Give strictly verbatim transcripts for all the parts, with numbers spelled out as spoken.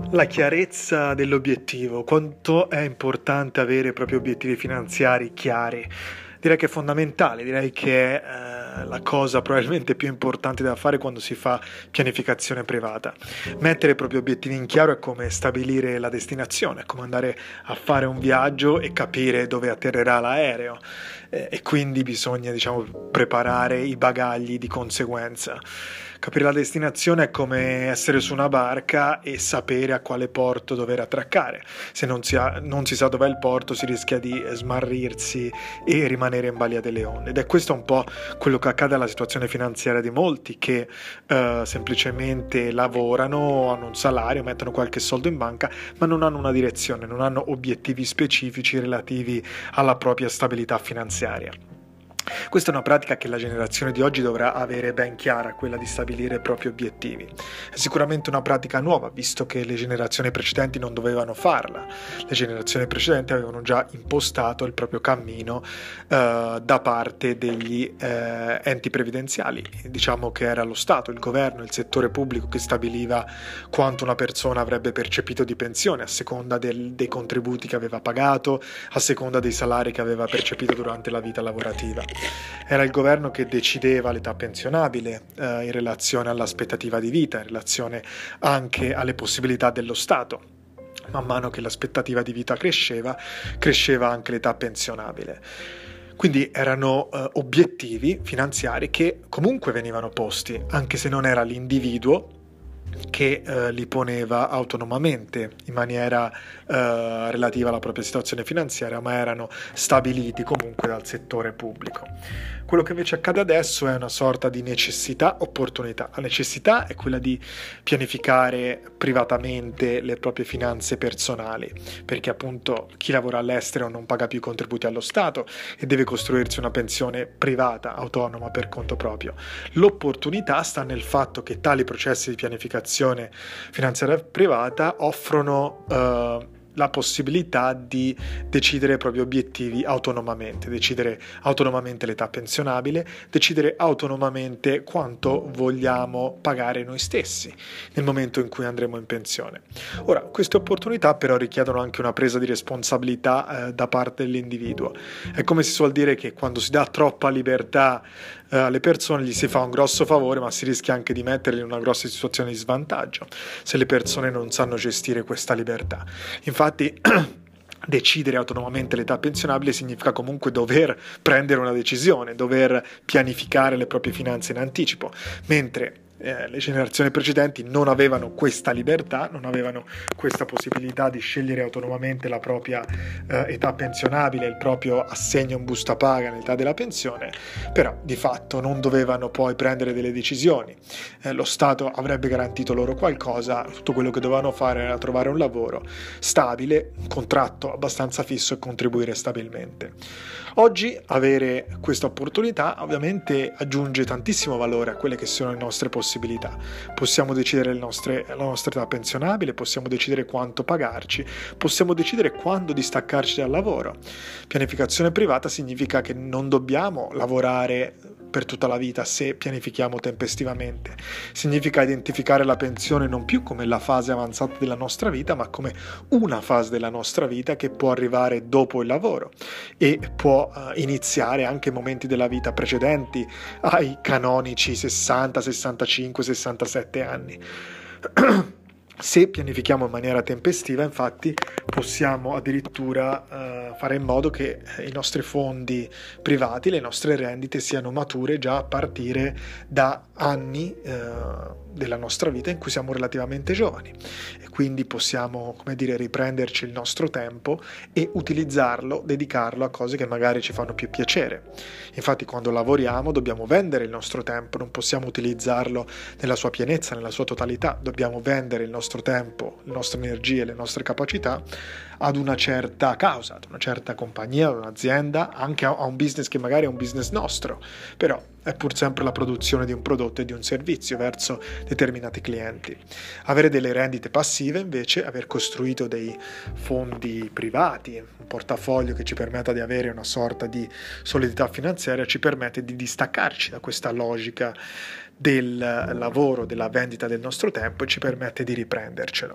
La chiarezza dell'obiettivo, quanto è importante avere i propri obiettivi finanziari chiari. Direi che è fondamentale, direi che è eh, la cosa probabilmente più importante da fare quando si fa pianificazione privata. Mettere i propri obiettivi in chiaro è come stabilire la destinazione, è come andare a fare un viaggio e capire dove atterrerà l'aereo eh, e quindi bisogna, diciamo, preparare i bagagli di conseguenza. Capire la destinazione è come essere su una barca e sapere a quale porto dover attraccare. Se non si, ha, non si sa dov'è il porto si rischia di smarrirsi e rimanere in balia delle onde. Ed è questo un po' quello che accade alla situazione finanziaria di molti che eh, semplicemente lavorano, hanno un salario, mettono qualche soldo in banca, ma non hanno una direzione, non hanno obiettivi specifici relativi alla propria stabilità finanziaria. Questa è una pratica che la generazione di oggi dovrà avere ben chiara, quella di stabilire i propri obiettivi. È sicuramente una pratica nuova, visto che le generazioni precedenti non dovevano farla. Le generazioni precedenti avevano già impostato il proprio cammino eh, da parte degli eh, enti previdenziali. Diciamo che era lo Stato, il governo, il settore pubblico che stabiliva quanto una persona avrebbe percepito di pensione a seconda del, dei contributi che aveva pagato, a seconda dei salari che aveva percepito durante la vita lavorativa. Era il governo che decideva l'età pensionabile eh, in relazione all'aspettativa di vita, in relazione anche alle possibilità dello Stato. Man mano che l'aspettativa di vita cresceva, cresceva anche l'età pensionabile. Quindi erano eh, obiettivi finanziari che comunque venivano posti, anche se non era l'individuo che eh, li poneva autonomamente in maniera eh, relativa alla propria situazione finanziaria, ma erano stabiliti comunque dal settore pubblico. Quello che invece accade adesso è una sorta di necessità-opportunità. La necessità è quella di pianificare privatamente le proprie finanze personali, perché appunto chi lavora all'estero non paga più contributi allo Stato e deve costruirsi una pensione privata, autonoma, per conto proprio. L'opportunità sta nel fatto che tali processi di pianificazione finanziaria privata offrono eh, la possibilità di decidere i propri obiettivi autonomamente, decidere autonomamente l'età pensionabile, decidere autonomamente quanto vogliamo pagare noi stessi nel momento in cui andremo in pensione. Ora, queste opportunità però richiedono anche una presa di responsabilità eh, da parte dell'individuo. È come si suol dire che quando si dà troppa libertà eh, alle persone gli si fa un grosso favore, ma si rischia anche di metterli in una grossa situazione di svantaggio se le persone non sanno gestire questa libertà. Infatti decidere autonomamente l'età pensionabile significa comunque dover prendere una decisione, dover pianificare le proprie finanze in anticipo, mentre eh, le generazioni precedenti non avevano questa libertà, non avevano questa possibilità di scegliere autonomamente la propria eh, età pensionabile, il proprio assegno in busta paga nell'età della pensione, però di fatto non dovevano poi prendere delle decisioni. Eh, lo Stato avrebbe garantito loro qualcosa, tutto quello che dovevano fare era trovare un lavoro stabile, un contratto abbastanza fisso e contribuire stabilmente. Oggi avere questa opportunità ovviamente aggiunge tantissimo valore a quelle che sono le nostre possibilità. Possiamo decidere le nostre, la nostra età pensionabile, possiamo decidere quanto pagarci, possiamo decidere quando distaccarci dal lavoro. Pianificazione privata significa che non dobbiamo lavorare per tutta la vita se pianifichiamo tempestivamente. Significa identificare la pensione non più come la fase avanzata della nostra vita, ma come una fase della nostra vita che può arrivare dopo il lavoro e può uh, iniziare anche momenti della vita precedenti ai canonici sessanta, sessantacinque, sessantasette anni. Se pianifichiamo in maniera tempestiva, infatti, possiamo addirittura uh, fare in modo che i nostri fondi privati, le nostre rendite siano mature già a partire da anni uh, della nostra vita in cui siamo relativamente giovani e quindi possiamo, come dire, riprenderci il nostro tempo e utilizzarlo, dedicarlo a cose che magari ci fanno più piacere. Infatti, quando lavoriamo dobbiamo vendere il nostro tempo, non possiamo utilizzarlo nella sua pienezza, nella sua totalità, dobbiamo vendere il nostro tempo, le nostre energie, le nostre capacità ad una certa causa, ad una certa compagnia, ad un'azienda, anche a un business che magari è un business nostro, però è pur sempre la produzione di un prodotto e di un servizio verso determinati clienti. Avere delle rendite passive, invece, aver costruito dei fondi privati, un portafoglio che ci permetta di avere una sorta di solidità finanziaria, ci permette di distaccarci da questa logica del lavoro, della vendita del nostro tempo e ci permette di riprendercelo.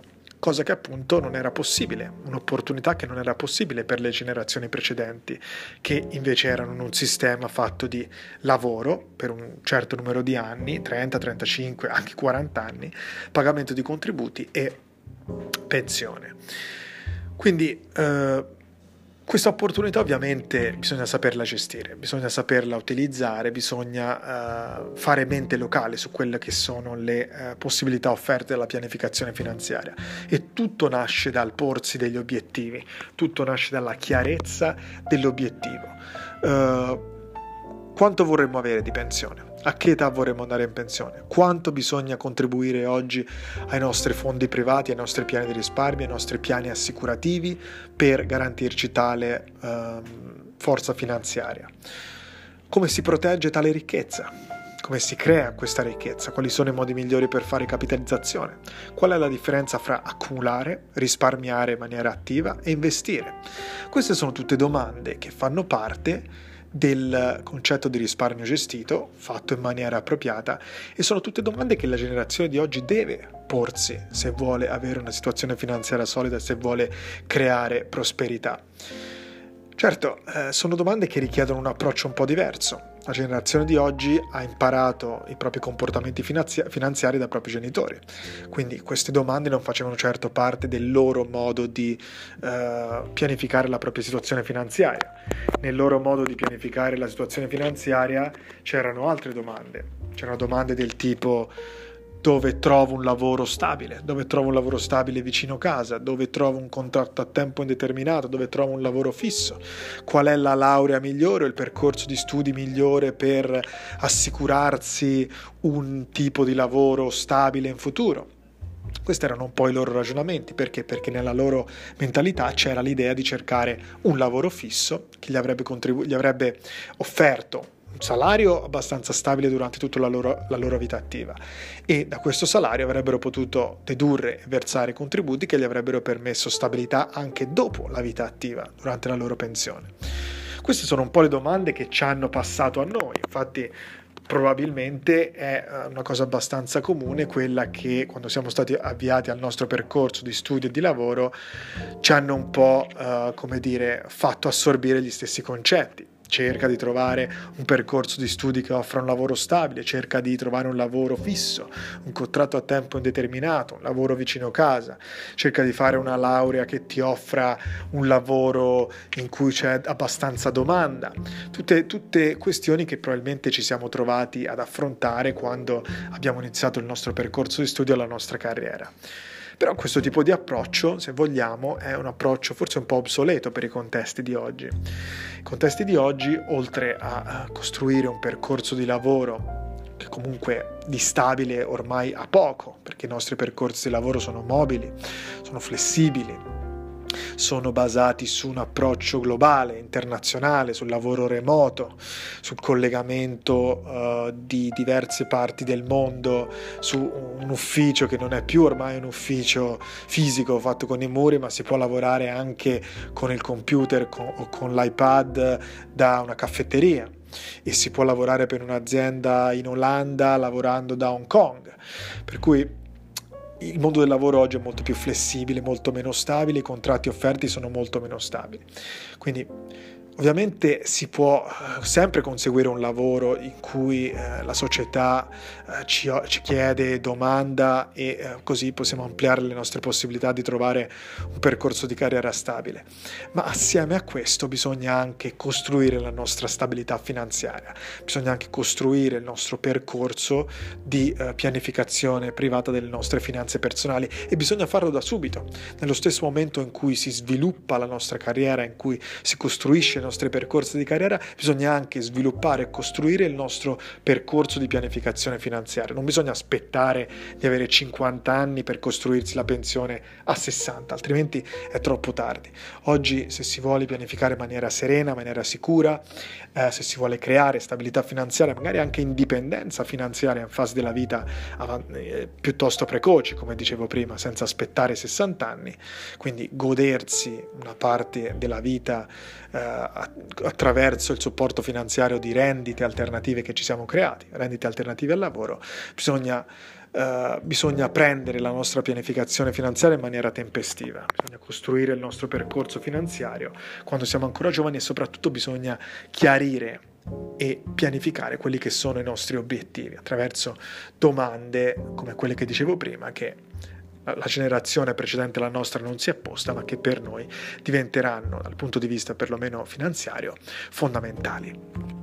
cosa che appunto non era possibile, un'opportunità che non era possibile per le generazioni precedenti, che invece erano in un sistema fatto di lavoro per un certo numero di anni, trenta, trentacinque, anche quaranta anni, pagamento di contributi e pensione. Quindi eh, questa opportunità ovviamente bisogna saperla gestire, bisogna saperla utilizzare, bisogna uh, fare mente locale su quelle che sono le uh, possibilità offerte dalla pianificazione finanziaria, e tutto nasce dal porsi degli obiettivi, tutto nasce dalla chiarezza dell'obiettivo. Uh, quanto vorremmo avere di pensione? A che età vorremmo andare in pensione? Quanto bisogna contribuire oggi ai nostri fondi privati, ai nostri piani di risparmio, ai nostri piani assicurativi per garantirci tale uh, forza finanziaria? Come si protegge tale ricchezza? Come si crea questa ricchezza? Quali sono i modi migliori per fare capitalizzazione? Qual è la differenza fra accumulare, risparmiare in maniera attiva e investire? Queste sono tutte domande che fanno parte del concetto di risparmio gestito, fatto in maniera appropriata, e sono tutte domande che la generazione di oggi deve porsi se vuole avere una situazione finanziaria solida, se vuole creare prosperità. Certo, eh, sono domande che richiedono un approccio un po' diverso. La generazione di oggi ha imparato i propri comportamenti finanzi- finanziari dai propri genitori, quindi queste domande non facevano certo parte del loro modo di eh, pianificare la propria situazione finanziaria. Nel loro modo di pianificare la situazione finanziaria c'erano altre domande, c'erano domande del tipo: dove trovo un lavoro stabile, dove trovo un lavoro stabile vicino casa, dove trovo un contratto a tempo indeterminato, dove trovo un lavoro fisso, qual è la laurea migliore o il percorso di studi migliore per assicurarsi un tipo di lavoro stabile in futuro. Questi erano un po' i loro ragionamenti. Perché? Perché nella loro mentalità c'era l'idea di cercare un lavoro fisso che gli avrebbe, contribu- gli avrebbe offerto un salario abbastanza stabile durante tutta la loro, la loro vita attiva, e da questo salario avrebbero potuto dedurre e versare contributi che gli avrebbero permesso stabilità anche dopo la vita attiva, durante la loro pensione. Queste sono un po' le domande che ci hanno passato a noi. Infatti probabilmente è una cosa abbastanza comune quella che, quando siamo stati avviati al nostro percorso di studio e di lavoro, ci hanno un po' uh, come dire fatto assorbire gli stessi concetti. Cerca di trovare un percorso di studi che offra un lavoro stabile, cerca di trovare un lavoro fisso, un contratto a tempo indeterminato, un lavoro vicino casa, cerca di fare una laurea che ti offra un lavoro in cui c'è abbastanza domanda. Tutte, tutte questioni che probabilmente ci siamo trovati ad affrontare quando abbiamo iniziato il nostro percorso di studio e la nostra carriera. Però questo tipo di approccio, se vogliamo, è un approccio forse un po' obsoleto per i contesti di oggi. I contesti di oggi, oltre a costruire un percorso di lavoro che comunque di stabile ormai ha poco, perché i nostri percorsi di lavoro sono mobili, sono flessibili, sono basati su un approccio globale, internazionale, sul lavoro remoto, sul collegamento uh, di diverse parti del mondo, su un ufficio che non è più ormai un ufficio fisico fatto con i muri, ma si può lavorare anche con il computer con, o con l'iPad da una caffetteria, e si può lavorare per un'azienda in Olanda lavorando da Hong Kong, per cui il mondo del lavoro oggi è molto più flessibile, molto meno stabile, i contratti offerti sono molto meno stabili. Quindi ovviamente si può sempre conseguire un lavoro in cui eh, la società eh, ci, ci chiede, domanda, e eh, così possiamo ampliare le nostre possibilità di trovare un percorso di carriera stabile. Ma assieme a questo bisogna anche costruire la nostra stabilità finanziaria, bisogna anche costruire il nostro percorso di eh, pianificazione privata delle nostre finanze personali, e bisogna farlo da subito, nello stesso momento in cui si sviluppa la nostra carriera, in cui si costruisce i nostri percorsi di carriera, bisogna anche sviluppare e costruire il nostro percorso di pianificazione finanziaria. Non bisogna aspettare di avere cinquanta anni per costruirsi la pensione a sessanta, altrimenti è troppo tardi. Oggi, se si vuole pianificare in maniera serena, in maniera sicura, eh, se si vuole creare stabilità finanziaria, magari anche indipendenza finanziaria in fase della vita eh, piuttosto precoci, come dicevo prima, senza aspettare sessanta anni, quindi godersi una parte della vita eh, attraverso il supporto finanziario di rendite alternative che ci siamo creati, rendite alternative al lavoro, bisogna eh, bisogna prendere la nostra pianificazione finanziaria in maniera tempestiva, bisogna costruire il nostro percorso finanziario quando siamo ancora giovani e soprattutto bisogna chiarire e pianificare quelli che sono i nostri obiettivi attraverso domande come quelle che dicevo prima, che la generazione precedente alla nostra non si è posta, ma che per noi diventeranno, dal punto di vista perlomeno finanziario, fondamentali.